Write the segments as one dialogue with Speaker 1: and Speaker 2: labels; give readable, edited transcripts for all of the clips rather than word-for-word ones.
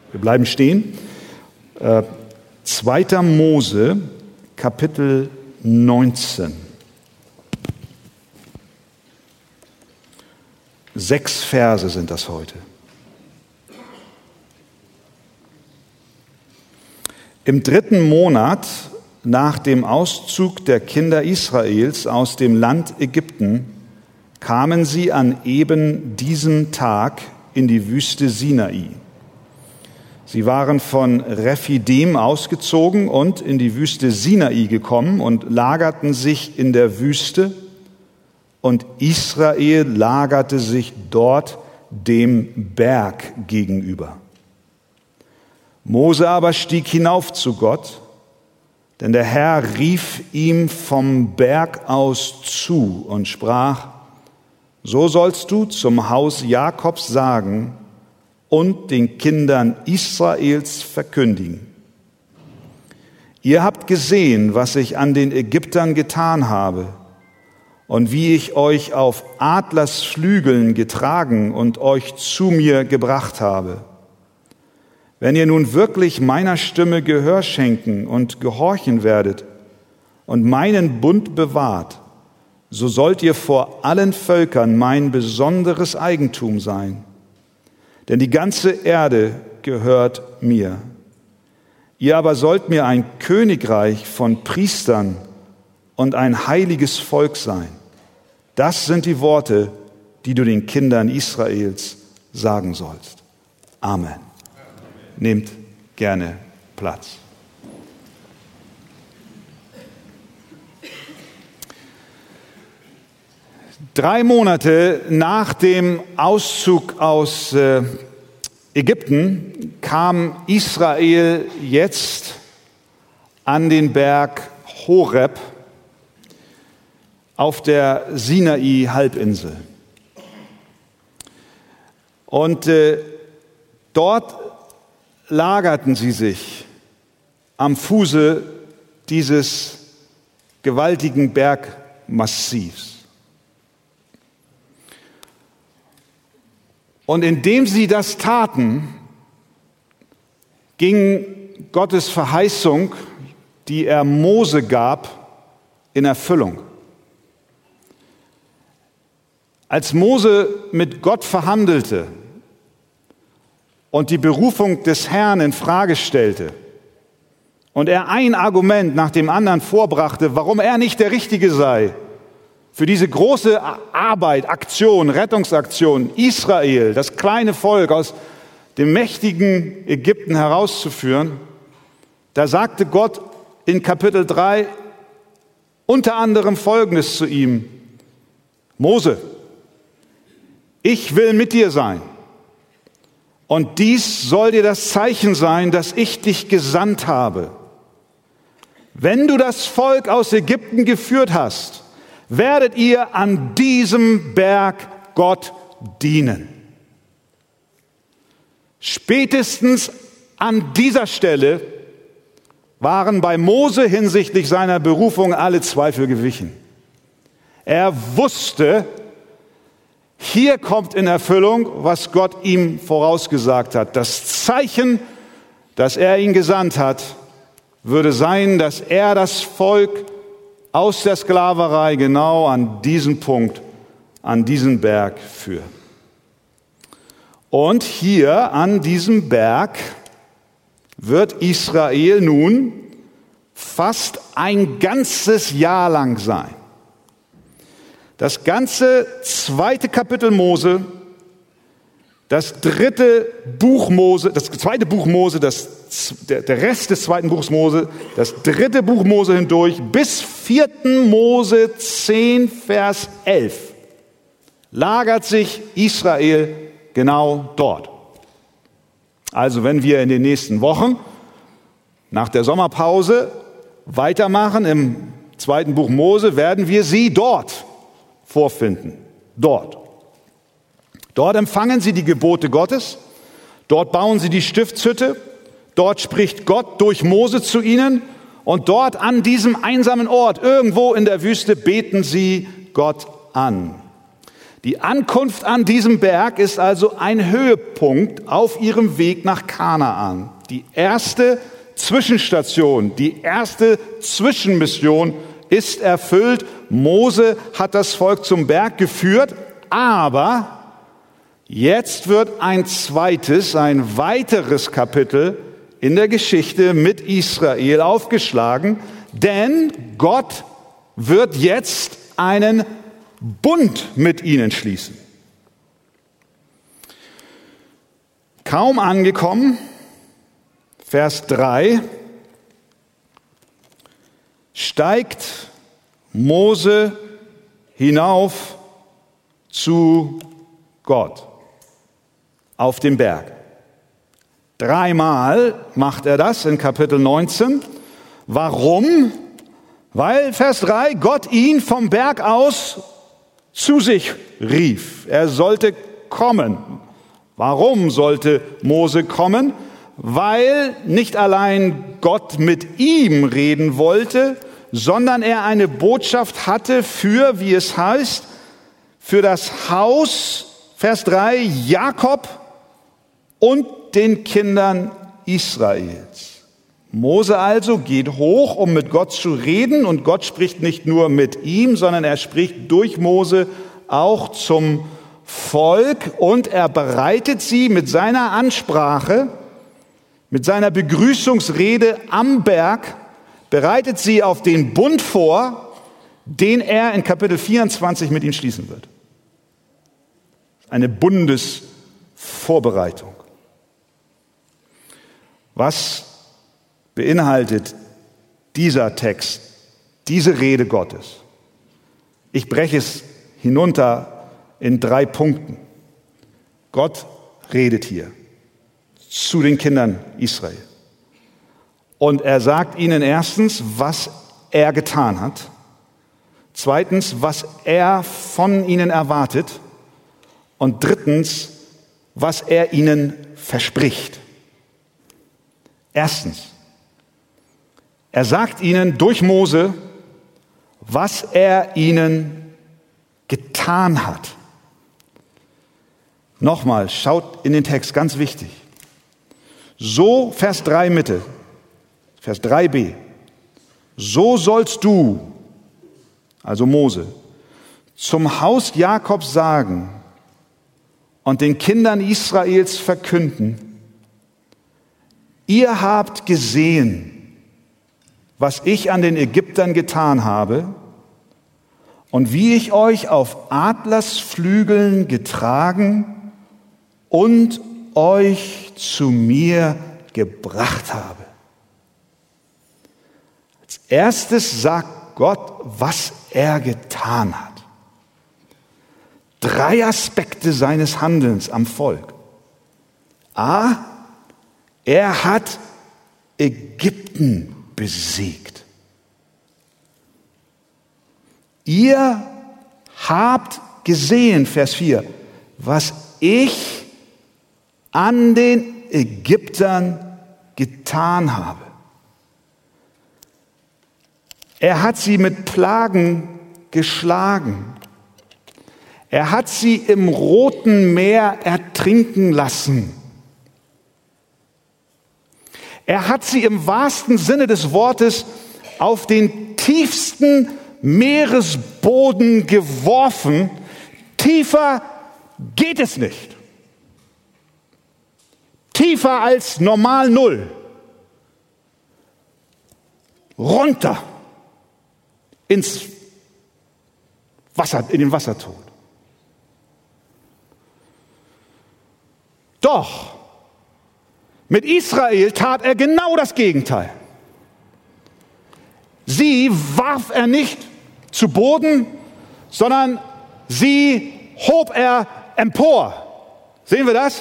Speaker 1: Wir bleiben stehen. 2. Mose, Kapitel 19. 6 Verse sind das heute. Im 3. Monat nach dem Auszug der Kinder Israels aus dem Land Ägypten kamen sie an eben diesem Tag in die Wüste Sinai. Sie waren von Rephidim ausgezogen und in die Wüste Sinai gekommen und lagerten sich in der Wüste, und Israel lagerte sich dort dem Berg gegenüber. Mose aber stieg hinauf zu Gott, denn der Herr rief ihm vom Berg aus zu und sprach: So sollst du zum Haus Jakobs sagen und den Kindern Israels verkündigen: Ihr habt gesehen, was ich an den Ägyptern getan habe und wie ich euch auf Adlersflügeln getragen und euch zu mir gebracht habe. Wenn ihr nun wirklich meiner Stimme Gehör schenken und gehorchen werdet und meinen Bund bewahrt, so sollt ihr vor allen Völkern mein besonderes Eigentum sein. Denn die ganze Erde gehört mir. Ihr aber sollt mir ein Königreich von Priestern und ein heiliges Volk sein. Das sind die Worte, die du den Kindern Israels sagen sollst. Amen. Nehmt gerne Platz. Drei Monate nach dem Auszug aus Ägypten kam Israel jetzt an den Berg Horeb auf der Sinai-Halbinsel. Und dort lagerten sie sich am Fuße dieses gewaltigen Bergmassivs. Und indem sie das taten, ging Gottes Verheißung, die er Mose gab, in Erfüllung. Als Mose mit Gott verhandelte und die Berufung des Herrn in Frage stellte und er ein Argument nach dem anderen vorbrachte, warum er nicht der Richtige sei, für diese große Arbeit, Aktion, Rettungsaktion, Israel, das kleine Volk aus dem mächtigen Ägypten herauszuführen, da sagte Gott in Kapitel 3 unter anderem Folgendes zu ihm: Mose, ich will mit dir sein. Und dies soll dir das Zeichen sein, dass ich dich gesandt habe. Wenn du das Volk aus Ägypten geführt hast, werdet ihr an diesem Berg Gott dienen. Spätestens an dieser Stelle waren bei Mose hinsichtlich seiner Berufung alle Zweifel gewichen. Er wusste, hier kommt in Erfüllung, was Gott ihm vorausgesagt hat. Das Zeichen, das er ihn gesandt hat, würde sein, dass er das Volk aus der Sklaverei genau an diesen Punkt, an diesen Berg führt. Und hier an diesem Berg wird Israel nun fast ein ganzes Jahr lang sein. Das ganze 2. Kapitel Mose, das 3. Buch Mose, das 2. Buch Mose, der Rest des 2. Buchs Mose, das 3. Buch Mose hindurch bis 4. Mose 10, Vers 11 lagert sich Israel genau dort. Also wenn wir in den nächsten Wochen nach der Sommerpause weitermachen im 2. Buch Mose, werden wir sie dort vorfinden. Dort empfangen sie die Gebote Gottes, dort bauen sie die Stiftshütte, dort spricht Gott durch Mose zu ihnen und dort an diesem einsamen Ort, irgendwo in der Wüste, beten sie Gott an. Die Ankunft an diesem Berg ist also ein Höhepunkt auf ihrem Weg nach Kanaan. Die erste Zwischenstation, die erste Zwischenmission ist erfüllt. Mose hat das Volk zum Berg geführt, aber jetzt wird ein weiteres Kapitel in der Geschichte mit Israel aufgeschlagen, denn Gott wird jetzt einen Bund mit ihnen schließen. Kaum angekommen, Vers 3, steigt Mose hinauf zu Gott auf den Berg. 3-mal macht er das in Kapitel 19. Warum? Weil, Vers 3, Gott ihn vom Berg aus zu sich rief. Er sollte kommen. Warum sollte Mose kommen? Weil nicht allein Gott mit ihm reden wollte, sondern er eine Botschaft hatte für, wie es heißt, für das Haus, Vers 3, Jakob und den Kindern Israels. Mose also geht hoch, um mit Gott zu reden, und Gott spricht nicht nur mit ihm, sondern er spricht durch Mose auch zum Volk, und er bereitet sie mit seiner Ansprache, mit seiner Begrüßungsrede am Berg, bereitet sie auf den Bund vor, den er in Kapitel 24 mit ihnen schließen wird. Eine Bundesvorbereitung. Was beinhaltet dieser Text, diese Rede Gottes? Ich breche es hinunter in 3 Punkten. Gott redet hier zu den Kindern Israel. Und er sagt ihnen erstens, was er getan hat. Zweitens, was er von ihnen erwartet. Und drittens, was er ihnen verspricht. Erstens, er sagt ihnen durch Mose, was er ihnen getan hat. Nochmal, schaut in den Text, ganz wichtig. So, Vers 3 Mitte, Vers 3b. So sollst du, also Mose, zum Haus Jakobs sagen und den Kindern Israels verkünden: Ihr habt gesehen, was ich an den Ägyptern getan habe und wie ich euch auf Adlersflügeln getragen und euch zu mir gebracht habe. Als erstes sagt Gott, was er getan hat. 3 Aspekte seines Handelns am Volk. A, er hat Ägypten besiegt. Ihr habt gesehen, Vers 4, was ich an den Ägyptern getan habe. Er hat sie mit Plagen geschlagen. Er hat sie im Roten Meer ertrinken lassen. Er hat sie im wahrsten Sinne des Wortes auf den tiefsten Meeresboden geworfen. Tiefer geht es nicht. Tiefer als normal 0. Runter ins Wasser, in den Wassertod. Doch mit Israel tat er genau das Gegenteil. Sie warf er nicht zu Boden, sondern sie hob er empor. Sehen wir das?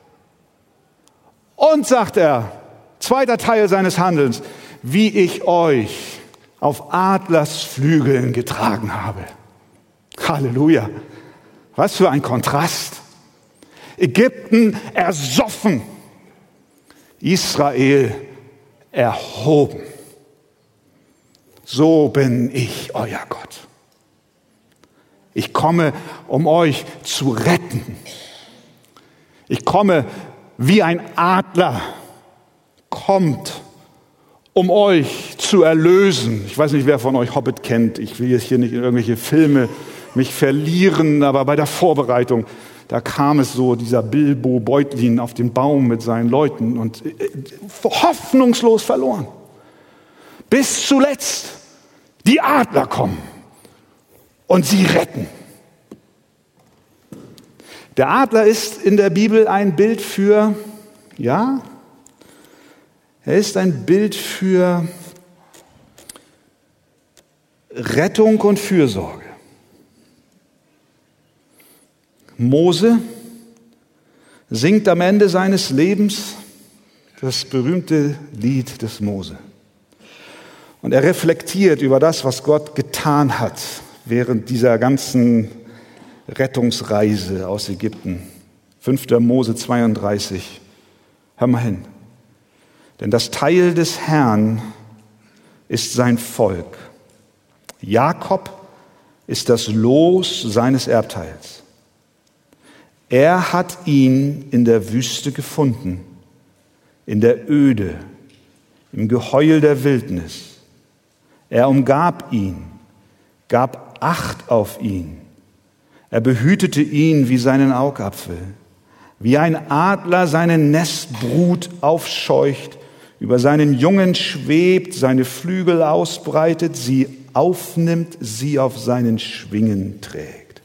Speaker 1: Und sagt er, zweiter Teil seines Handelns, wie ich euch auf Adlersflügeln getragen habe. Halleluja. Was für ein Kontrast. Ägypten ersoffen, Israel erhoben. So bin ich euer Gott. Ich komme, um euch zu retten. Ich komme wie ein Adler, kommt, um euch zu erlösen. Ich weiß nicht, wer von euch Hobbit kennt. Ich will jetzt hier nicht in irgendwelche Filme mich verlieren, aber bei der Vorbereitung, da kam es so, dieser Bilbo Beutlin auf den Baum mit seinen Leuten und hoffnungslos verloren. Bis zuletzt die Adler kommen und sie retten. Der Adler ist in der Bibel ein Bild für, er ist ein Bild für Rettung und Fürsorge. Mose singt am Ende seines Lebens das berühmte Lied des Mose. Und er reflektiert über das, was Gott getan hat während dieser ganzen Rettungsreise aus Ägypten. 5. Mose 32. Hör mal hin. Denn das Teil des Herrn ist sein Volk. Jakob ist das Los seines Erbteils. Er hat ihn in der Wüste gefunden, in der Öde, im Geheul der Wildnis. Er umgab ihn, gab Acht auf ihn. Er behütete ihn wie seinen Augapfel, wie ein Adler seine Nestbrut aufscheucht, über seinen Jungen schwebt, seine Flügel ausbreitet, sie aufnimmt, sie auf seinen Schwingen trägt.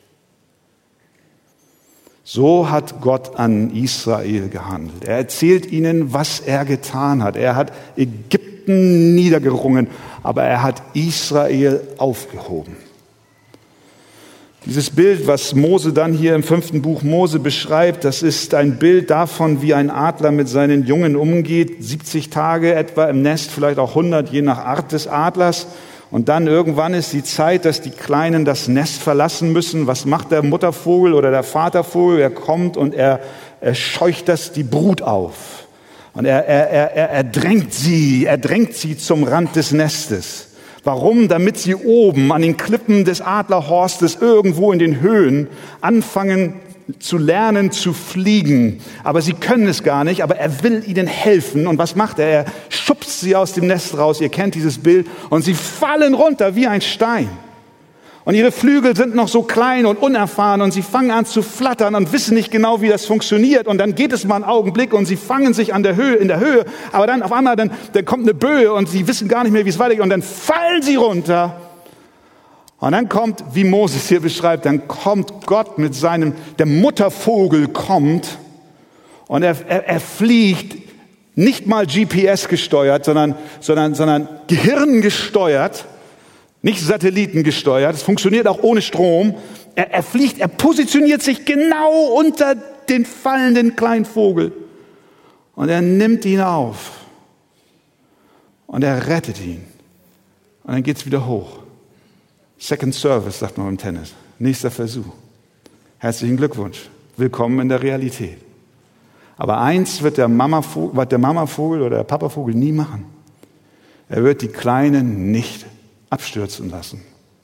Speaker 1: So hat Gott an Israel gehandelt. Er erzählt ihnen, was er getan hat. Er hat Ägypten niedergerungen, aber er hat Israel aufgehoben. Dieses Bild, was Mose dann hier im 5. Buch Mose beschreibt, das ist ein Bild davon, wie ein Adler mit seinen Jungen umgeht. 70 Tage etwa im Nest, vielleicht auch 100, je nach Art des Adlers. Und dann irgendwann ist die Zeit, dass die Kleinen das Nest verlassen müssen. Was macht der Muttervogel oder der Vatervogel? Er kommt und er scheucht die Brut auf. Und er drängt sie zum Rand des Nestes. Warum? Damit sie oben an den Klippen des Adlerhorstes irgendwo in den Höhen anfangen zu lernen zu fliegen. Aber sie können es gar nicht, aber er will ihnen helfen. Und was macht er? Er schubst sie aus dem Nest raus. Ihr kennt dieses Bild. Und sie fallen runter wie ein Stein. Und ihre Flügel sind noch so klein und unerfahren und sie fangen an zu flattern und wissen nicht genau, wie das funktioniert. Und dann geht es mal einen Augenblick und sie fangen sich in der Höhe. Aber dann auf einmal, dann kommt eine Böe und sie wissen gar nicht mehr, wie es weitergeht. Und dann fallen sie runter. Und dann kommt, wie Moses hier beschreibt, dann kommt Gott mit der Muttervogel kommt und er fliegt nicht mal GPS gesteuert, sondern Gehirn gesteuert. Nicht satellitengesteuert, es funktioniert auch ohne Strom. Er fliegt, er positioniert sich genau unter den fallenden kleinen Vogel. Und er nimmt ihn auf. Und er rettet ihn. Und dann geht's wieder hoch. Second Service, sagt man im Tennis. Nächster Versuch. Herzlichen Glückwunsch. Willkommen in der Realität. Aber eins wird der Mamavogel oder der Papavogel nie machen. Er wird die Kleinen nicht abstürzen lassen.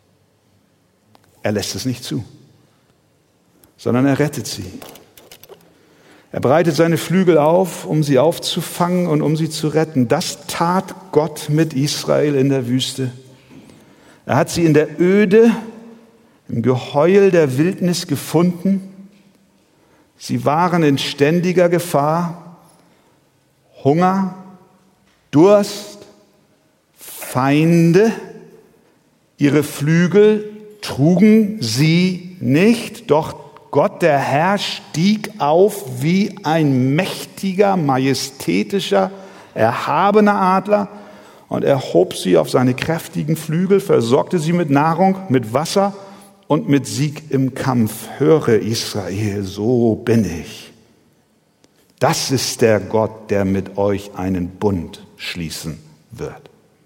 Speaker 1: Er lässt es nicht zu, sondern er rettet sie. Er breitet seine Flügel auf, um sie aufzufangen und um sie zu retten. Das tat Gott mit Israel in der Wüste. Er hat sie in der Öde, im Geheul der Wildnis gefunden. Sie waren in ständiger Gefahr. Hunger, Durst, Feinde. Ihre Flügel trugen sie nicht, doch Gott, der Herr, stieg auf wie ein mächtiger, majestätischer, erhabener Adler und er hob sie auf seine kräftigen Flügel, versorgte sie mit Nahrung, mit Wasser und mit Sieg im Kampf. Höre, Israel, so bin ich. Das ist der Gott, der mit euch einen Bund schließen wird.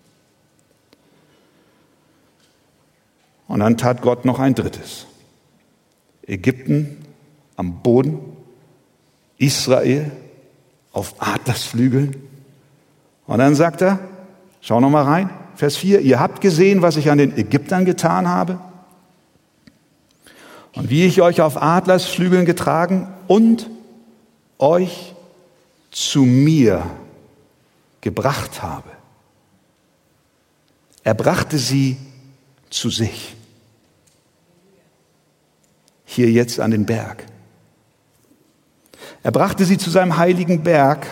Speaker 1: Und dann tat Gott noch ein drittes. Ägypten am Boden, Israel auf Adlersflügeln. Und dann sagt er, schau noch mal rein, Vers 4, ihr habt gesehen, was ich an den Ägyptern getan habe. Und wie ich euch auf Adlersflügeln getragen und euch zu mir gebracht habe. Er brachte sie zu sich. Hier jetzt an den Berg. Er brachte sie zu seinem heiligen Berg,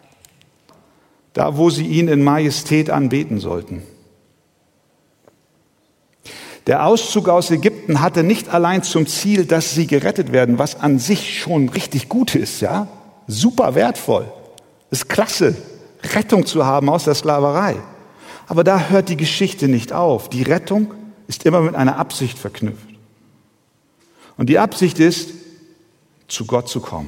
Speaker 1: da wo sie ihn in Majestät anbeten sollten. Der Auszug aus Ägypten hatte nicht allein zum Ziel, dass sie gerettet werden, was an sich schon richtig gut ist, ja? Super wertvoll. Ist klasse, Rettung zu haben aus der Sklaverei. Aber da hört die Geschichte nicht auf. Die Rettung ist immer mit einer Absicht verknüpft. Und die Absicht ist, zu Gott zu kommen,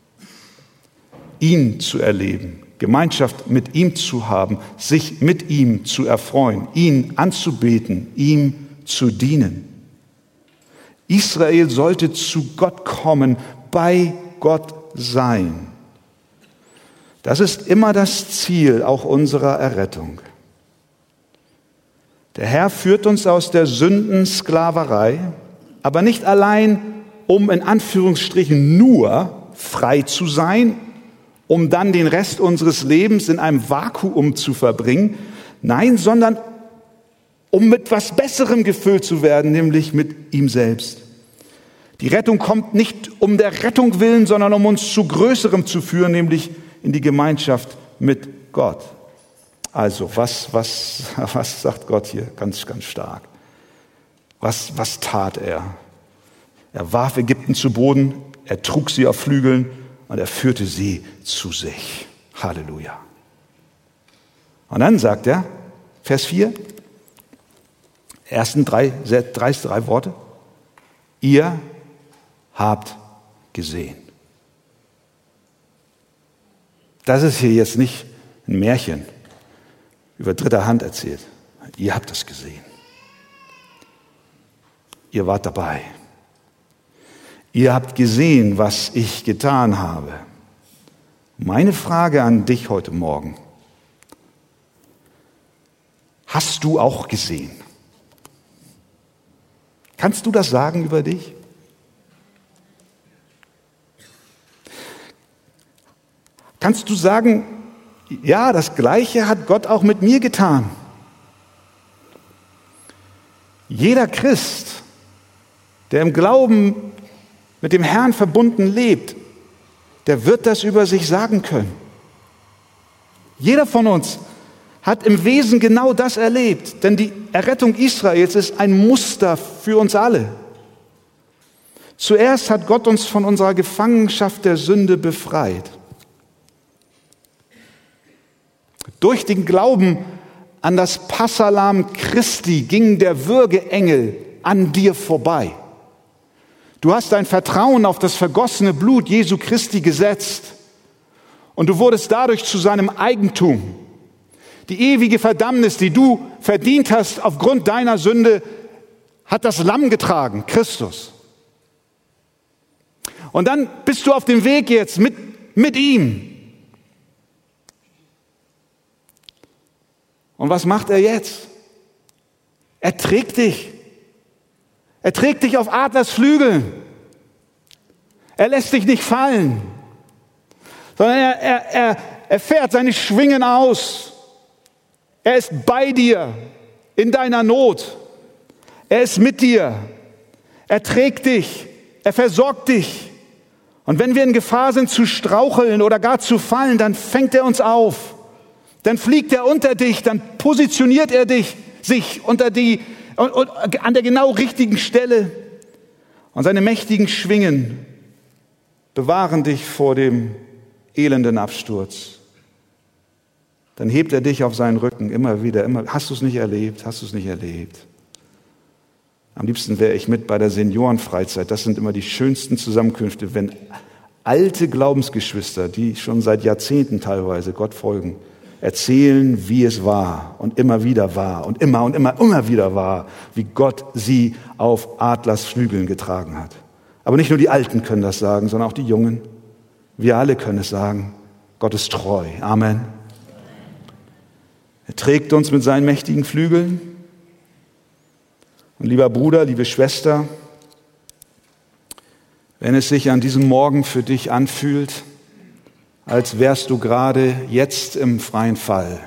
Speaker 1: ihn zu erleben, Gemeinschaft mit ihm zu haben, sich mit ihm zu erfreuen, ihn anzubeten, ihm zu dienen. Israel sollte zu Gott kommen, bei Gott sein. Das ist immer das Ziel auch unserer Errettung. Der Herr führt uns aus der Sündensklaverei, aber nicht allein, um in Anführungsstrichen nur frei zu sein, um dann den Rest unseres Lebens in einem Vakuum zu verbringen. Nein, sondern um mit was Besserem gefüllt zu werden, nämlich mit ihm selbst. Die Rettung kommt nicht um der Rettung willen, sondern um uns zu Größerem zu führen, nämlich in die Gemeinschaft mit Gott. Also, was sagt Gott hier ganz, ganz stark? Was tat er? Er warf Ägypten zu Boden, er trug sie auf Flügeln und er führte sie zu sich. Halleluja. Und dann sagt er, Vers 4, ersten drei Worte, ihr habt gesehen. Das ist hier jetzt nicht ein Märchen über dritter Hand erzählt. Ihr habt es gesehen. Ihr wart dabei. Ihr habt gesehen, was ich getan habe. Meine Frage an dich heute Morgen. Hast du auch gesehen? Kannst du das sagen über dich? Kannst du sagen, ja, das Gleiche hat Gott auch mit mir getan? Jeder Christ, der im Glauben mit dem Herrn verbunden lebt, der wird das über sich sagen können. Jeder von uns hat im Wesen genau das erlebt, denn die Errettung Israels ist ein Muster für uns alle. Zuerst hat Gott uns von unserer Gefangenschaft der Sünde befreit. Durch den Glauben an das Passalam Christi ging der Würgeengel an dir vorbei. Du hast dein Vertrauen auf das vergossene Blut Jesu Christi gesetzt und du wurdest dadurch zu seinem Eigentum. Die ewige Verdammnis, die du verdient hast aufgrund deiner Sünde, hat das Lamm getragen, Christus. Und dann bist du auf dem Weg jetzt mit ihm. Und was macht er jetzt? Er trägt dich. Er trägt dich auf Adlers Flügeln. Er lässt dich nicht fallen, sondern er fährt seine Schwingen aus. Er ist bei dir in deiner Not. Er ist mit dir. Er trägt dich. Er versorgt dich. Und wenn wir in Gefahr sind zu straucheln oder gar zu fallen, dann fängt er uns auf. Dann fliegt er unter dich, dann positioniert er sich an der genau richtigen Stelle. Und seine mächtigen Schwingen bewahren dich vor dem elenden Absturz. Dann hebt er dich auf seinen Rücken immer wieder. Hast du es nicht erlebt? Hast du es nicht erlebt? Am liebsten wäre ich mit bei der Seniorenfreizeit. Das sind immer die schönsten Zusammenkünfte, wenn alte Glaubensgeschwister, die schon seit Jahrzehnten teilweise Gott folgen, erzählen, wie es war und immer wieder war und immer wieder war, wie Gott sie auf Adlers Flügeln getragen hat. Aber nicht nur die Alten können das sagen, sondern auch die Jungen. Wir alle können es sagen. Gott ist treu. Amen. Er trägt uns mit seinen mächtigen Flügeln. Und lieber Bruder, liebe Schwester, Wenn es sich an diesem Morgen für dich anfühlt, als wärst du gerade jetzt im freien Fall,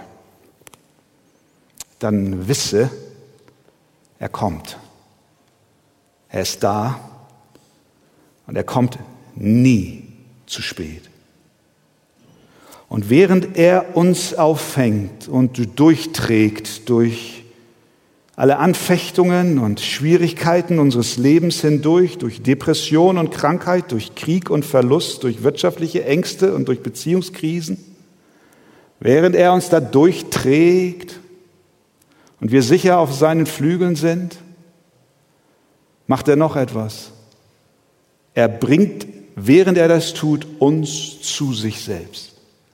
Speaker 1: dann wisse, er kommt. Er ist da und er kommt nie zu spät. Und während er uns auffängt und durchträgt durch alle Anfechtungen und Schwierigkeiten unseres Lebens hindurch, durch Depression und Krankheit, durch Krieg und Verlust, durch wirtschaftliche Ängste und durch Beziehungskrisen, während er uns da durchträgt und wir sicher auf seinen Flügeln sind, macht er noch etwas. Er bringt, während er das tut, uns zu sich selbst.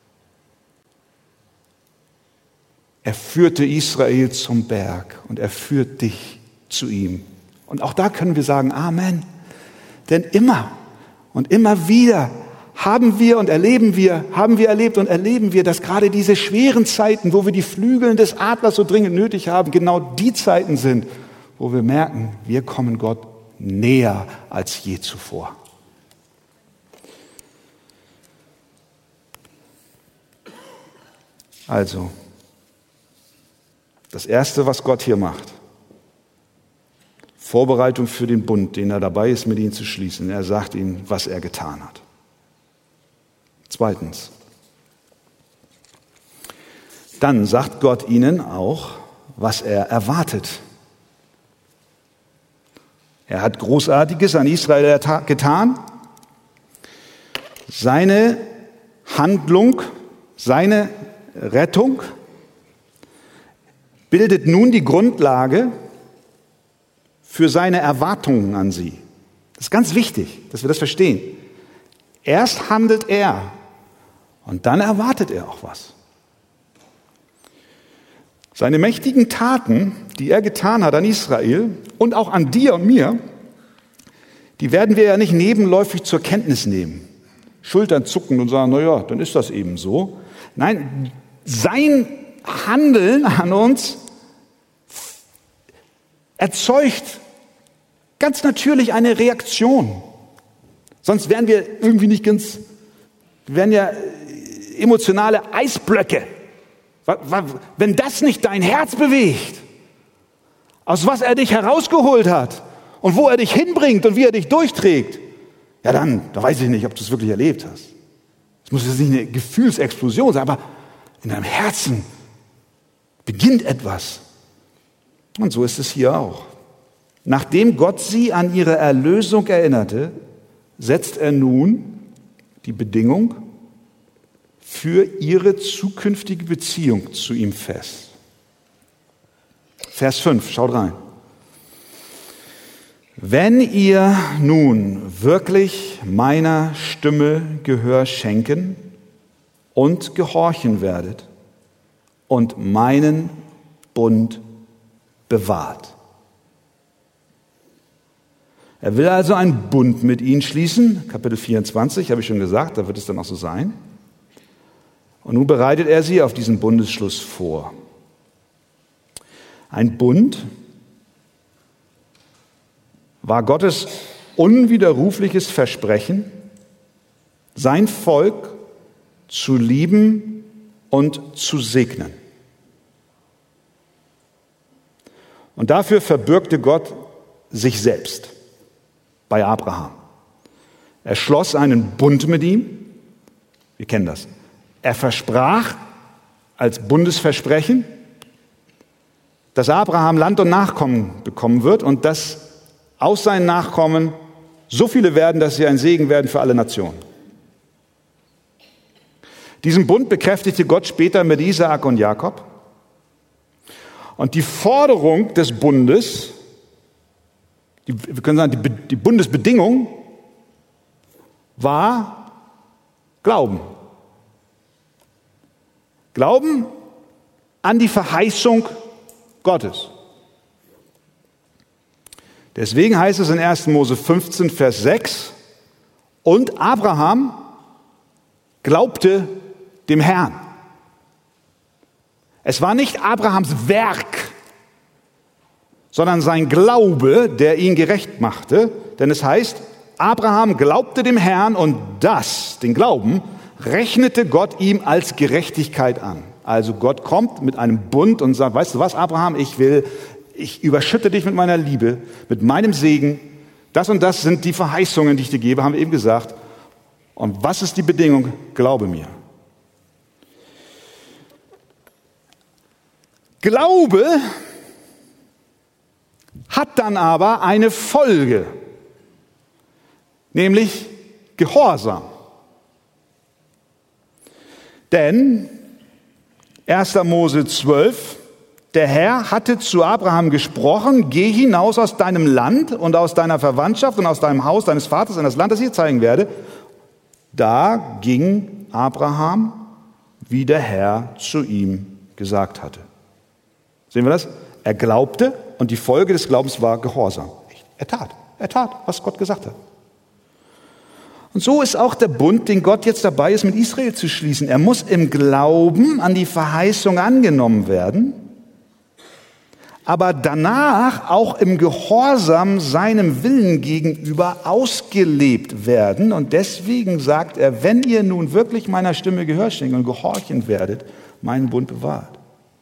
Speaker 1: Er führte Israel zum Berg und er führt dich zu ihm. Und auch da können wir sagen, Amen. Denn immer und immer wieder haben wir erlebt und erleben wir, dass gerade diese schweren Zeiten, wo wir die Flügel des Adlers so dringend nötig haben, genau die Zeiten sind, wo wir merken, wir kommen Gott näher als je zuvor. Also, das Erste, was Gott hier macht, Vorbereitung für den Bund, den er dabei ist, mit ihnen zu schließen. Er sagt ihnen, was er getan hat. Zweitens, dann sagt Gott ihnen auch, was er erwartet. Er hat Großartiges an Israel getan. Seine Handlung, seine Rettung bildet nun die Grundlage für seine Erwartungen an sie. Das ist ganz wichtig, dass wir das verstehen. Erst handelt er und dann erwartet er auch was. Seine mächtigen Taten, die er getan hat an Israel und auch an dir und mir, die werden wir ja nicht nebenläufig zur Kenntnis nehmen. Schultern zucken und sagen, naja, dann ist das eben so. Nein, sein Handeln an uns erzeugt ganz natürlich eine Reaktion. Sonst wären wir irgendwie nicht wir wären ja emotionale Eisblöcke. Wenn das nicht dein Herz bewegt, aus was er dich herausgeholt hat und wo er dich hinbringt und wie er dich durchträgt, ja dann, da weiß ich nicht, ob du es wirklich erlebt hast. Es muss jetzt nicht eine Gefühlsexplosion sein, aber in deinem Herzen beginnt etwas. Und so ist es hier auch. Nachdem Gott sie an ihre Erlösung erinnerte, setzt er nun die Bedingung für ihre zukünftige Beziehung zu ihm fest. Vers 5, schaut rein. Wenn ihr nun wirklich meiner Stimme Gehör schenken und gehorchen werdet und meinen Bund bewahrt. Er will also einen Bund mit ihnen schließen, Kapitel 24, habe ich schon gesagt, da wird es dann auch so sein. Und nun bereitet er sie auf diesen Bundesschluss vor. Ein Bund war Gottes unwiderrufliches Versprechen, sein Volk zu lieben und zu segnen. Und dafür verbürgte Gott sich selbst bei Abraham. Er schloss einen Bund mit ihm. Wir kennen das. Er versprach als Bundesversprechen, dass Abraham Land und Nachkommen bekommen wird und dass aus seinen Nachkommen so viele werden, dass sie ein Segen werden für alle Nationen. Diesen Bund bekräftigte Gott später mit Isaak und Jakob. Und die Forderung des Bundes, wir können sagen, die Bundesbedingung war Glauben. Glauben an die Verheißung Gottes. Deswegen heißt es in 1. Mose 15, Vers 6, und Abraham glaubte dem Herrn. Es war nicht Abrahams Werk, sondern sein Glaube, der ihn gerecht machte. Denn es heißt, Abraham glaubte dem Herrn und den Glauben, rechnete Gott ihm als Gerechtigkeit an. Also Gott kommt mit einem Bund und sagt, weißt du was, Abraham, ich überschütte dich mit meiner Liebe, mit meinem Segen. Das und das sind die Verheißungen, die ich dir gebe, haben wir eben gesagt. Und was ist die Bedingung? Glaube mir. Glaube hat dann aber eine Folge, nämlich Gehorsam. Denn 1. Mose 12, der Herr hatte zu Abraham gesprochen, geh hinaus aus deinem Land und aus deiner Verwandtschaft und aus deinem Haus deines Vaters in das Land, das ich dir zeigen werde. Da ging Abraham, wie der Herr zu ihm gesagt hatte. Sehen wir das? Er glaubte und die Folge des Glaubens war Gehorsam. Er tat, was Gott gesagt hat. Und so ist auch der Bund, den Gott jetzt dabei ist, mit Israel zu schließen. Er muss im Glauben an die Verheißung angenommen werden, aber danach auch im Gehorsam seinem Willen gegenüber ausgelebt werden. Und deswegen sagt er, wenn ihr nun wirklich meiner Stimme Gehör schenken und gehorchen werdet, meinen Bund bewahrt.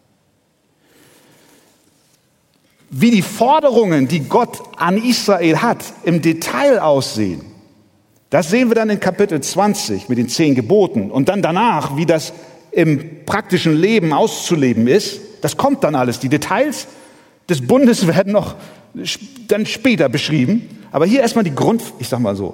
Speaker 1: Wie die Forderungen, die Gott an Israel hat, im Detail aussehen, das sehen wir dann in Kapitel 20 mit den 10 Geboten. Und dann danach, wie das im praktischen Leben auszuleben ist, das kommt dann alles. Die Details des Bundes werden noch dann später beschrieben. Aber hier erstmal die Grundvereinbarung.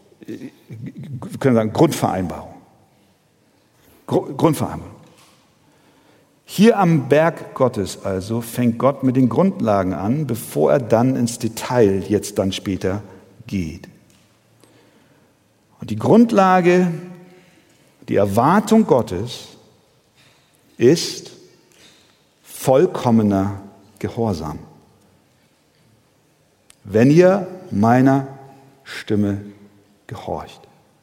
Speaker 1: Grundvereinbarung. Hier am Berg Gottes also fängt Gott mit den Grundlagen an, bevor er dann ins Detail jetzt dann später geht. Und die Grundlage, die Erwartung Gottes ist vollkommener Gehorsam. Wenn ihr meiner Stimme gehorcht.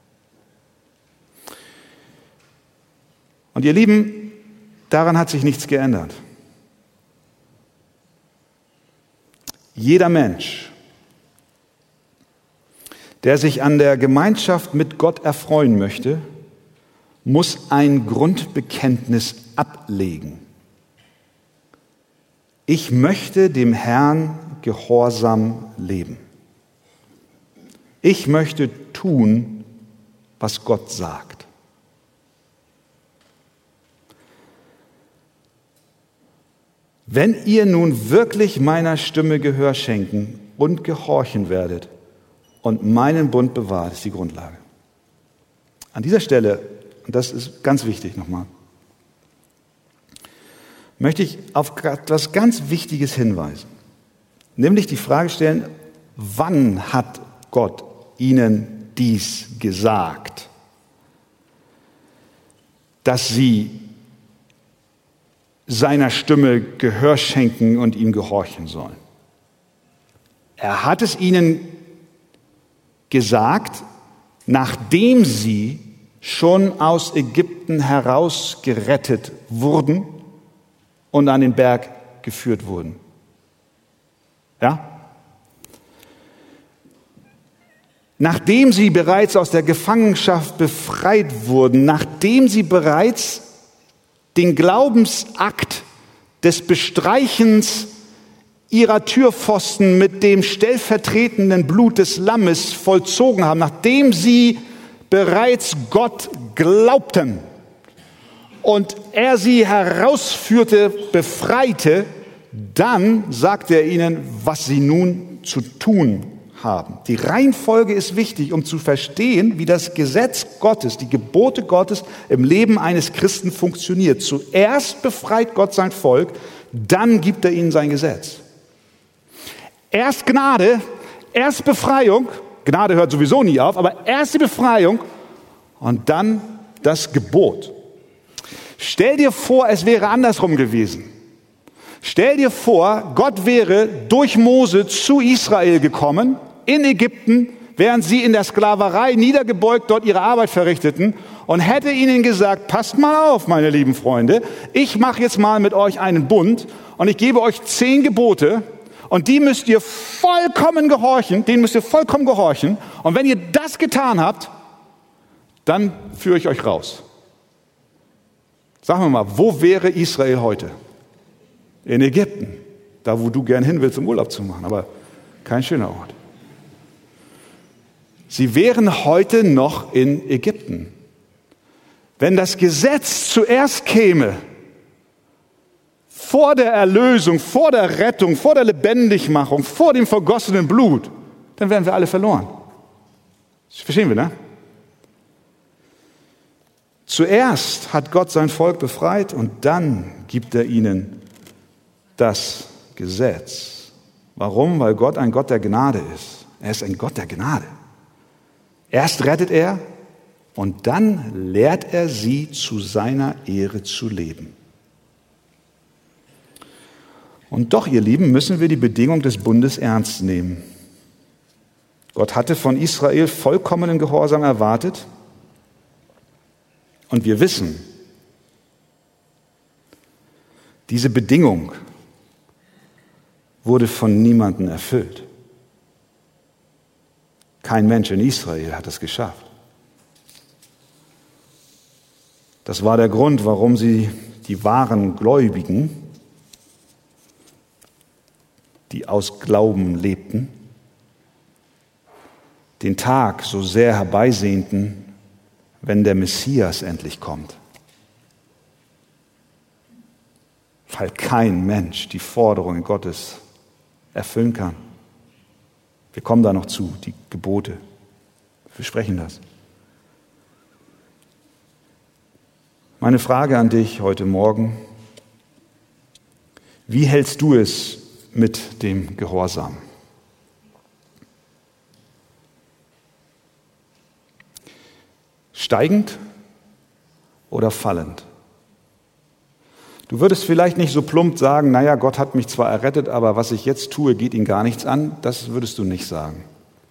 Speaker 1: Und ihr Lieben, daran hat sich nichts geändert. Jeder Mensch, der sich an der Gemeinschaft mit Gott erfreuen möchte, muss ein Grundbekenntnis ablegen. Ich möchte dem Herrn gehorsam leben. Ich möchte tun, was Gott sagt. Wenn ihr nun wirklich meiner Stimme Gehör schenken und gehorchen werdet und meinen Bund bewahrt, ist die Grundlage. An dieser Stelle, und das ist ganz wichtig nochmal, möchte ich auf etwas ganz Wichtiges hinweisen. Nämlich die Frage stellen, wann hat Gott ihnen dies gesagt? Dass sie seiner Stimme Gehör schenken und ihm gehorchen sollen. Er hat es ihnen gesagt, nachdem sie schon aus Ägypten herausgerettet wurden und an den Berg geführt wurden. Ja? Nachdem sie bereits aus der Gefangenschaft befreit wurden, nachdem sie bereits den Glaubensakt des Bestreichens ihrer Türpfosten mit dem stellvertretenden Blut des Lammes vollzogen haben, nachdem sie bereits Gott glaubten und er sie herausführte, befreite, dann sagte er ihnen, was sie nun zu tun haben. Die Reihenfolge ist wichtig, um zu verstehen, wie das Gesetz Gottes, die Gebote Gottes im Leben eines Christen funktioniert. Zuerst befreit Gott sein Volk, dann gibt er ihnen sein Gesetz. Erst Gnade, erst Befreiung, Gnade hört sowieso nie auf, aber erst die Befreiung und dann das Gebot. Stell dir vor, es wäre andersrum gewesen. Stell dir vor, Gott wäre durch Mose zu Israel gekommen, in Ägypten, während sie in der Sklaverei niedergebeugt dort ihre Arbeit verrichteten und hätte ihnen gesagt, passt mal auf, meine lieben Freunde, ich mache jetzt mal mit euch einen Bund und ich gebe euch 10 Gebote Und die müsst ihr vollkommen gehorchen, denen müsst ihr vollkommen gehorchen. Und wenn ihr das getan habt, dann führe ich euch raus. Sagen wir mal, wo wäre Israel heute? In Ägypten. Da, wo du gern hin willst, um Urlaub zu machen. Aber kein schöner Ort. Sie wären heute noch in Ägypten. Wenn das Gesetz zuerst käme, vor der Erlösung, vor der Rettung, vor der Lebendigmachung, vor dem vergossenen Blut, dann wären wir alle verloren. Das verstehen wir, ne? Zuerst hat Gott sein Volk befreit und dann gibt er ihnen das Gesetz. Warum? Weil Gott ein Gott der Gnade ist. Er ist ein Gott der Gnade. Erst rettet er und dann lehrt er sie, zu seiner Ehre zu leben. Und doch, ihr Lieben, müssen wir die Bedingung des Bundes ernst nehmen. Gott hatte von Israel vollkommenen Gehorsam erwartet. Und wir wissen, diese Bedingung wurde von niemandem erfüllt. Kein Mensch in Israel hat es geschafft. Das war der Grund, warum sie die wahren Gläubigen, die aus Glauben lebten, den Tag so sehr herbeisehnten, wenn der Messias endlich kommt. Weil kein Mensch die Forderungen Gottes erfüllen kann. Wir kommen da noch zu, die Gebote. Wir sprechen das. Meine Frage an dich heute Morgen: Wie hältst du es mit dem Gehorsam? Steigend oder fallend? Du würdest vielleicht nicht so plump sagen, naja, Gott hat mich zwar errettet, aber was ich jetzt tue, geht ihn gar nichts an. Das würdest du nicht sagen.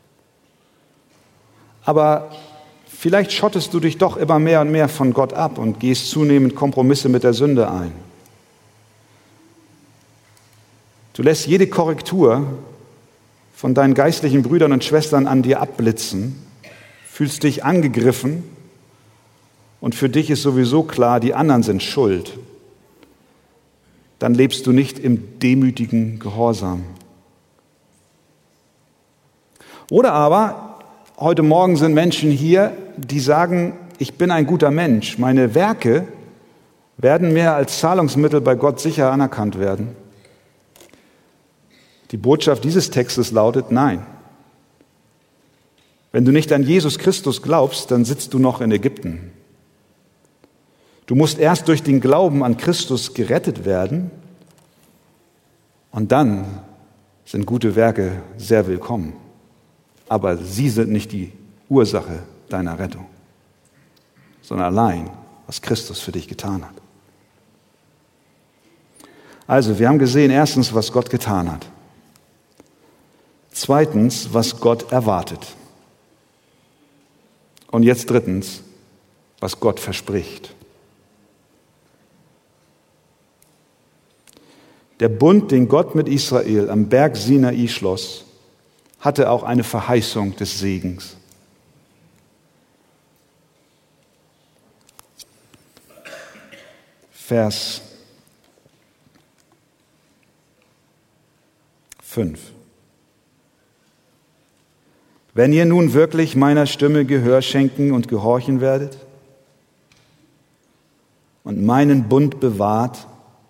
Speaker 1: Aber vielleicht schottest du dich doch immer mehr und mehr von Gott ab und gehst zunehmend Kompromisse mit der Sünde ein. Du lässt jede Korrektur von deinen geistlichen Brüdern und Schwestern an dir abblitzen, fühlst dich angegriffen und für dich ist sowieso klar, die anderen sind schuld. Dann lebst du nicht im demütigen Gehorsam. Oder aber, heute Morgen sind Menschen hier, die sagen, ich bin ein guter Mensch, meine Werke werden mir als Zahlungsmittel bei Gott sicher anerkannt werden. Die Botschaft dieses Textes lautet, nein. Wenn du nicht an Jesus Christus glaubst, dann sitzt du noch in Ägypten. Du musst erst durch den Glauben an Christus gerettet werden und dann sind gute Werke sehr willkommen. Aber sie sind nicht die Ursache deiner Rettung, sondern allein, was Christus für dich getan hat. Also, wir haben gesehen, erstens, was Gott getan hat. Zweitens, was Gott erwartet. Und jetzt drittens, was Gott verspricht. Der Bund, den Gott mit Israel am Berg Sinai schloss, hatte auch eine Verheißung des Segens. Vers 5. Wenn ihr nun wirklich meiner Stimme Gehör schenken und gehorchen werdet und meinen Bund bewahrt,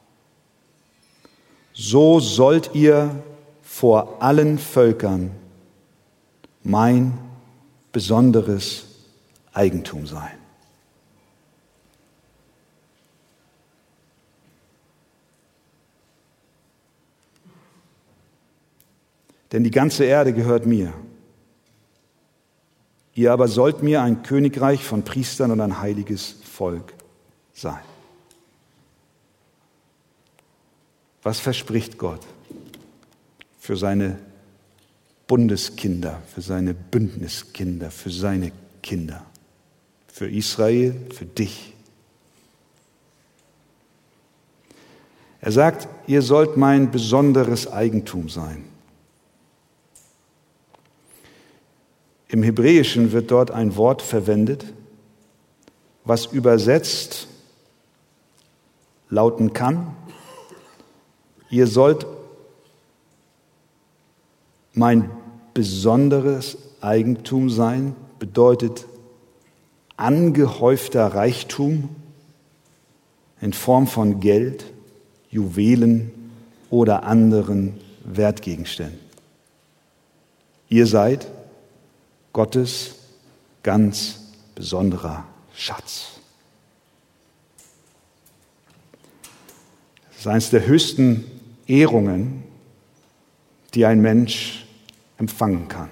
Speaker 1: so sollt ihr vor allen Völkern mein besonderes Eigentum sein. Denn die ganze Erde gehört mir. Ihr aber sollt mir ein Königreich von Priestern und ein heiliges Volk sein. Was verspricht Gott für seine Bundeskinder, für seine Bündniskinder, für seine Kinder, für Israel, für dich? Er sagt, ihr sollt mein besonderes Eigentum sein. Im Hebräischen wird dort ein Wort verwendet, was übersetzt lauten kann: Ihr sollt mein besonderes Eigentum sein, bedeutet angehäufter Reichtum in Form von Geld, Juwelen oder anderen Wertgegenständen. Ihr seid Gottes ganz besonderer Schatz. Das ist eines der höchsten Ehrungen, die ein Mensch empfangen kann.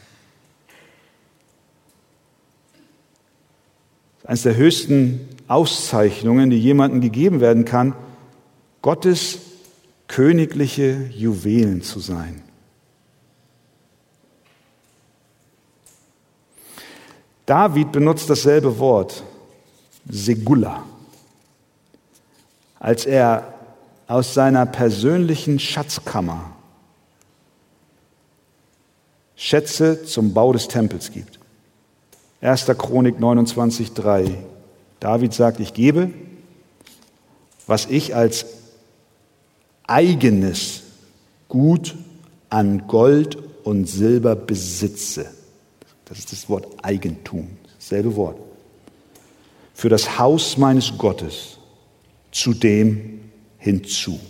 Speaker 1: Das ist eines der höchsten Auszeichnungen, die jemandem gegeben werden kann, Gottes königliche Juwelen zu sein. David benutzt dasselbe Wort, Segula, als er aus seiner persönlichen Schatzkammer Schätze zum Bau des Tempels gibt. 1. Chronik 29,3. David sagt, ich gebe, was ich als eigenes Gut an Gold und Silber besitze. Das ist das Wort Eigentum, dasselbe Wort. Für das Haus meines Gottes, zu dem hinzu.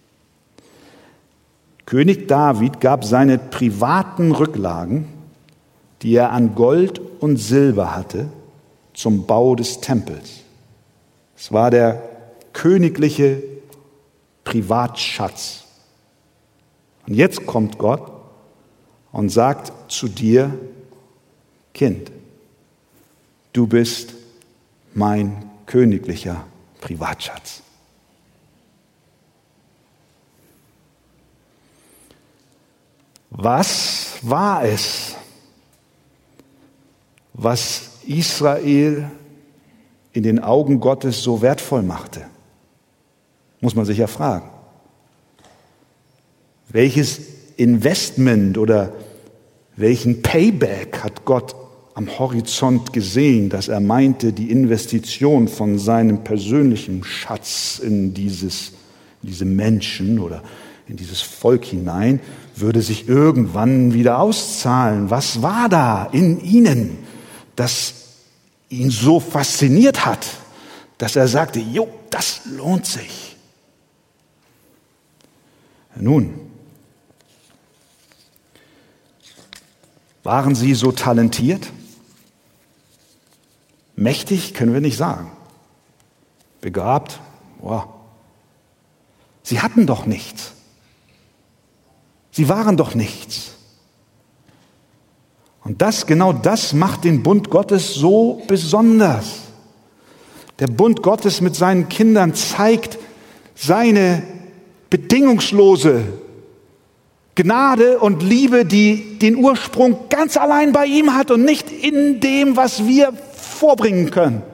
Speaker 1: König David gab seine privaten Rücklagen, die er an Gold und Silber hatte, zum Bau des Tempels. Es war der königliche Privatschatz. Und jetzt kommt Gott und sagt zu dir, Kind, du bist mein königlicher Privatschatz. Was war es, was Israel in den Augen Gottes so wertvoll machte? Muss man sich ja fragen. Welches Investment oder welchen Payback hat Gott am Horizont gesehen, dass er meinte, die Investition von seinem persönlichen Schatz in diese Menschen oder in dieses Volk hinein würde sich irgendwann wieder auszahlen? Was war da in ihnen, das ihn so fasziniert hat, dass er sagte, jo, das lohnt sich? Nun, waren sie so talentiert? Mächtig können wir nicht sagen. Begabt? Boah. Sie hatten doch nichts. Sie waren doch nichts. Und genau das macht den Bund Gottes so besonders. Der Bund Gottes mit seinen Kindern zeigt seine bedingungslose Gnade und Liebe, die den Ursprung ganz allein bei ihm hat und nicht in dem, was wir vorbringen können.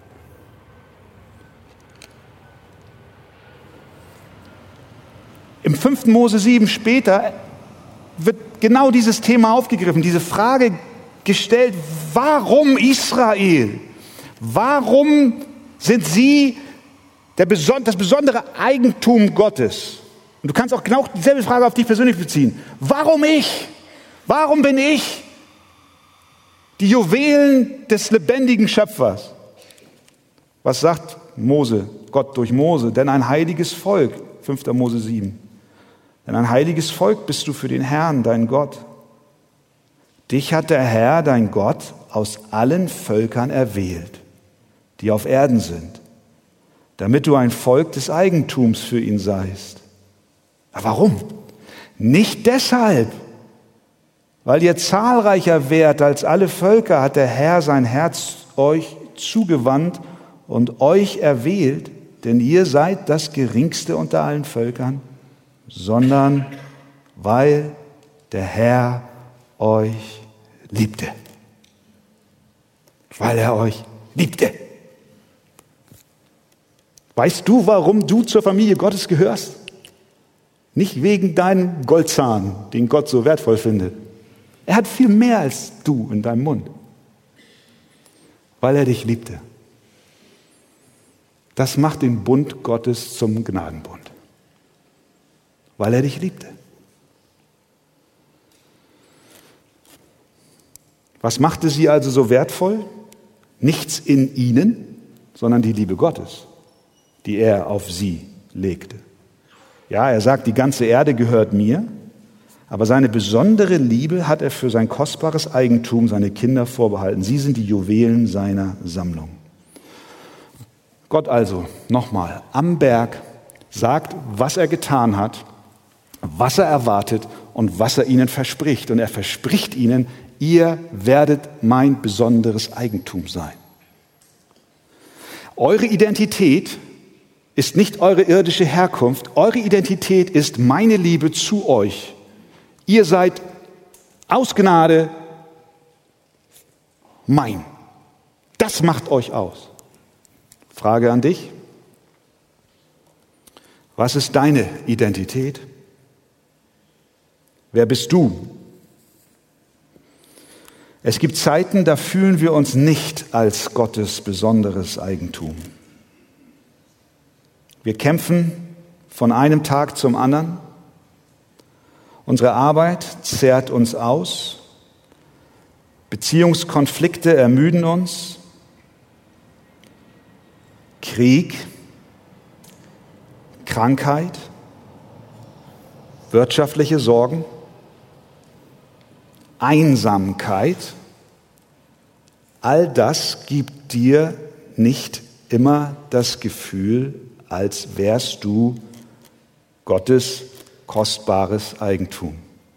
Speaker 1: Im 5. Mose 7 später wird genau dieses Thema aufgegriffen, diese Frage gestellt, warum Israel? Warum sind sie das besondere Eigentum Gottes? Und du kannst auch genau dieselbe Frage auf dich persönlich beziehen. Warum ich? Warum bin ich die Juwelen des lebendigen Schöpfers? Was sagt Mose, Gott durch Mose? Denn ein heiliges Volk, 5. Mose 7. Denn ein heiliges Volk bist du für den Herrn, dein Gott. Dich hat der Herr, dein Gott, aus allen Völkern erwählt, die auf Erden sind, damit du ein Volk des Eigentums für ihn seist. Aber warum? Nicht deshalb, weil ihr zahlreicher wärt als alle Völker, hat der Herr sein Herz euch zugewandt und euch erwählt, denn ihr seid das Geringste unter allen Völkern, sondern weil der Herr euch liebte. Weil er euch liebte. Weißt du, warum du zur Familie Gottes gehörst? Nicht wegen deinem Goldzahn, den Gott so wertvoll findet. Er hat viel mehr als du in deinem Mund, weil er dich liebte. Das macht den Bund Gottes zum Gnadenbund, weil er dich liebte. Was machte sie also so wertvoll? Nichts in ihnen, sondern die Liebe Gottes, die er auf sie legte. Ja, er sagt, die ganze Erde gehört mir, aber seine besondere Liebe hat er für sein kostbares Eigentum, seine Kinder vorbehalten. Sie sind die Juwelen seiner Sammlung. Gott also, nochmal, am Berg sagt, was er getan hat, was er erwartet und was er ihnen verspricht. Und er verspricht ihnen, ihr werdet mein besonderes Eigentum sein. Eure Identität ist nicht eure irdische Herkunft. Eure Identität ist meine Liebe zu euch. Ihr seid aus Gnade mein. Das macht euch aus. Frage an dich. Was ist deine Identität? Wer bist du? Es gibt Zeiten, da fühlen wir uns nicht als Gottes besonderes Eigentum. Wir kämpfen von einem Tag zum anderen. Unsere Arbeit zehrt uns aus. Beziehungskonflikte ermüden uns. Krieg, Krankheit, wirtschaftliche Sorgen, Einsamkeit, all das gibt dir nicht immer das Gefühl, als wärst du Gottes kostbares Eigentum.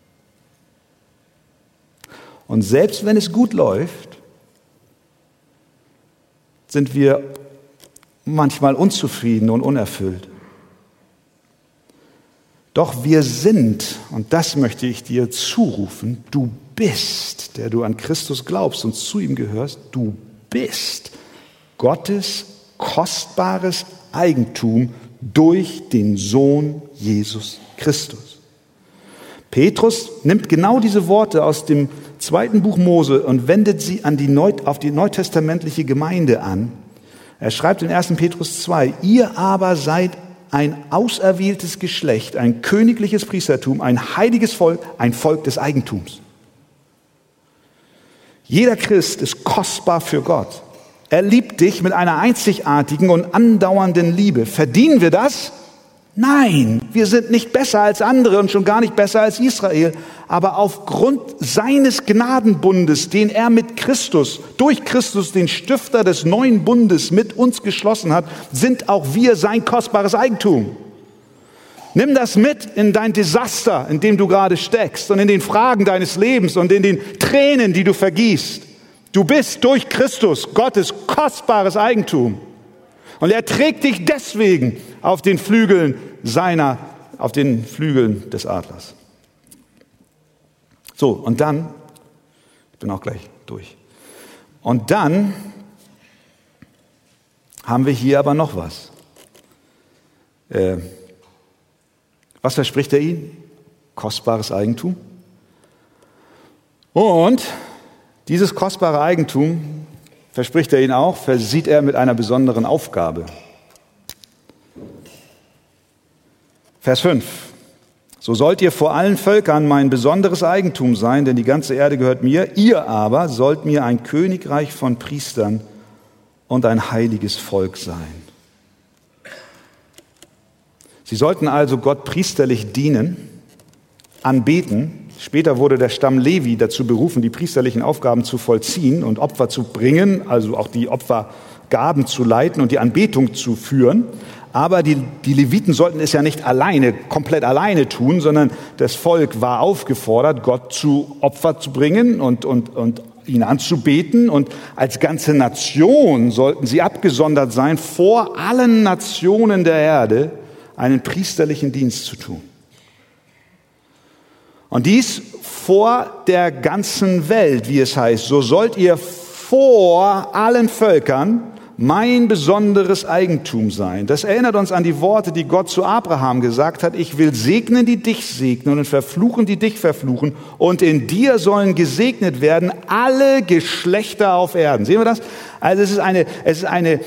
Speaker 1: Und selbst wenn es gut läuft, sind wir manchmal unzufrieden und unerfüllt. Doch wir sind, und das möchte ich dir zurufen, du bist, der du an Christus glaubst und zu ihm gehörst, du bist Gottes kostbares Eigentum durch den Sohn Jesus Christus. Petrus nimmt genau diese Worte aus dem 2. Buch Mose und wendet sie auf die neutestamentliche Gemeinde an. Er schreibt in 1. Petrus 2, ihr aber seid ein auserwähltes Geschlecht, ein königliches Priestertum, ein heiliges Volk, ein Volk des Eigentums. Jeder Christ ist kostbar für Gott. Er liebt dich mit einer einzigartigen und andauernden Liebe. Verdienen wir das? Nein, wir sind nicht besser als andere und schon gar nicht besser als Israel. Aber aufgrund seines Gnadenbundes, den er mit Christus, durch Christus, den Stifter des neuen Bundes, mit uns geschlossen hat, sind auch wir sein kostbares Eigentum. Nimm das mit in dein Desaster, in dem du gerade steckst und in den Fragen deines Lebens und in den Tränen, die du vergießt. Du bist durch Christus Gottes kostbares Eigentum. Und er trägt dich deswegen auf den Flügeln des Adlers. So, und dann, ich bin auch gleich durch. Und dann haben wir hier aber noch was. Was verspricht er ihnen? Kostbares Eigentum. Und dieses kostbare Eigentum, verspricht er ihnen auch, versieht er mit einer besonderen Aufgabe. Vers 5. So sollt ihr vor allen Völkern mein besonderes Eigentum sein, denn die ganze Erde gehört mir. Ihr aber sollt mir ein Königreich von Priestern und ein heiliges Volk sein. Sie sollten also Gott priesterlich dienen, anbeten. Später wurde der Stamm Levi dazu berufen, die priesterlichen Aufgaben zu vollziehen und Opfer zu bringen, also auch die Opfergaben zu leiten und die Anbetung zu führen. Aber die Leviten sollten es ja nicht komplett alleine tun, sondern das Volk war aufgefordert, Gott zu Opfer zu bringen und ihn anzubeten. Und als ganze Nation sollten sie abgesondert sein, vor allen Nationen der Erde einen priesterlichen Dienst zu tun. Und dies vor der ganzen Welt, wie es heißt. So sollt ihr vor allen Völkern mein besonderes Eigentum sein. Das erinnert uns an die Worte, die Gott zu Abraham gesagt hat. Ich will segnen, die dich segnen und verfluchen, die dich verfluchen. Und in dir sollen gesegnet werden alle Geschlechter auf Erden. Sehen wir das? Also es ist eine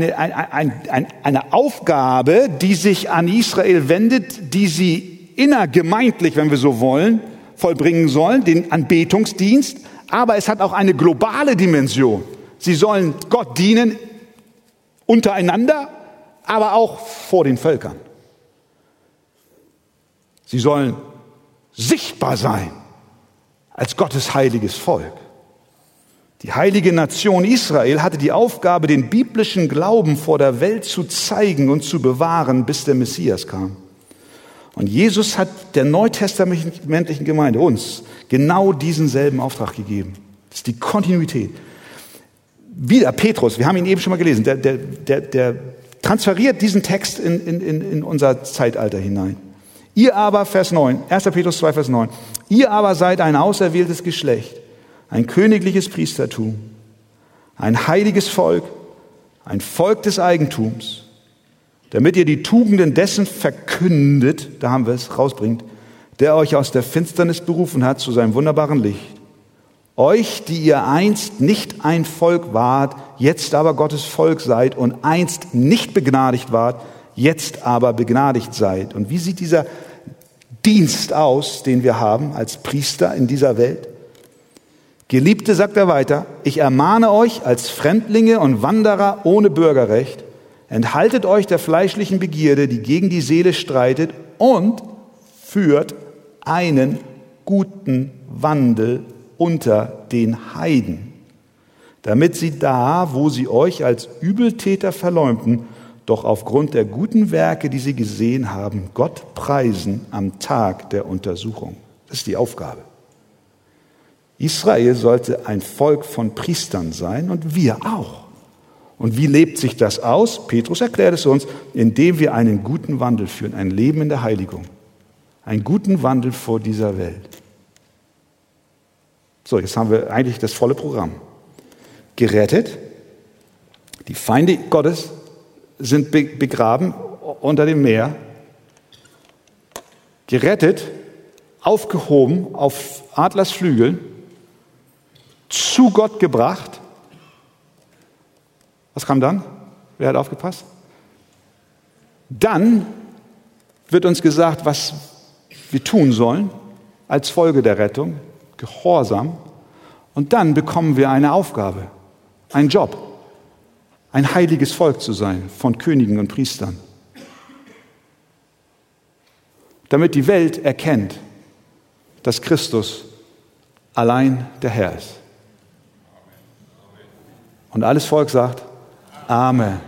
Speaker 1: Aufgabe, die sich an Israel wendet, die sie innergemeindlich, wenn wir so wollen, vollbringen sollen, den Anbetungsdienst. Aber es hat auch eine globale Dimension. Sie sollen Gott dienen untereinander, aber auch vor den Völkern. Sie sollen sichtbar sein als Gottes heiliges Volk. Die heilige Nation Israel hatte die Aufgabe, den biblischen Glauben vor der Welt zu zeigen und zu bewahren, bis der Messias kam. Und Jesus hat der neutestamentlichen Gemeinde, uns, genau diesen selben Auftrag gegeben. Das ist die Kontinuität. Wieder Petrus, wir haben ihn eben schon mal gelesen, der transferiert diesen Text in unser Zeitalter hinein. Ihr aber, Vers 9, 1. Petrus 2, Vers 9, ihr aber seid ein auserwähltes Geschlecht, ein königliches Priestertum, ein heiliges Volk, ein Volk des Eigentums, damit ihr die Tugenden dessen verkündet, da haben wir es, rausbringt, der euch aus der Finsternis berufen hat zu seinem wunderbaren Licht. Euch, die ihr einst nicht ein Volk wart, jetzt aber Gottes Volk seid und einst nicht begnadigt wart, jetzt aber begnadigt seid. Und wie sieht dieser Dienst aus, den wir haben als Priester in dieser Welt? Geliebte, sagt er weiter, ich ermahne euch als Fremdlinge und Wanderer ohne Bürgerrecht, enthaltet euch der fleischlichen Begierde, die gegen die Seele streitet, und führt einen guten Wandel unter den Heiden, damit sie da, wo sie euch als Übeltäter verleumden, doch aufgrund der guten Werke, die sie gesehen haben, Gott preisen am Tag der Untersuchung. Das ist die Aufgabe. Israel sollte ein Volk von Priestern sein und wir auch. Und wie lebt sich das aus? Petrus erklärt es uns, indem wir einen guten Wandel führen, ein Leben in der Heiligung, einen guten Wandel vor dieser Welt. So, jetzt haben wir eigentlich das volle Programm. Gerettet, die Feinde Gottes sind begraben unter dem Meer. Gerettet, aufgehoben auf Adlersflügeln, zu Gott gebracht. Was kam dann? Wer hat aufgepasst? Dann wird uns gesagt, was wir tun sollen als Folge der Rettung. Gehorsam. Und dann bekommen wir eine Aufgabe, einen Job, ein heiliges Volk zu sein von Königen und Priestern. Damit die Welt erkennt, dass Christus allein der Herr ist. Und alles Volk sagt Amen.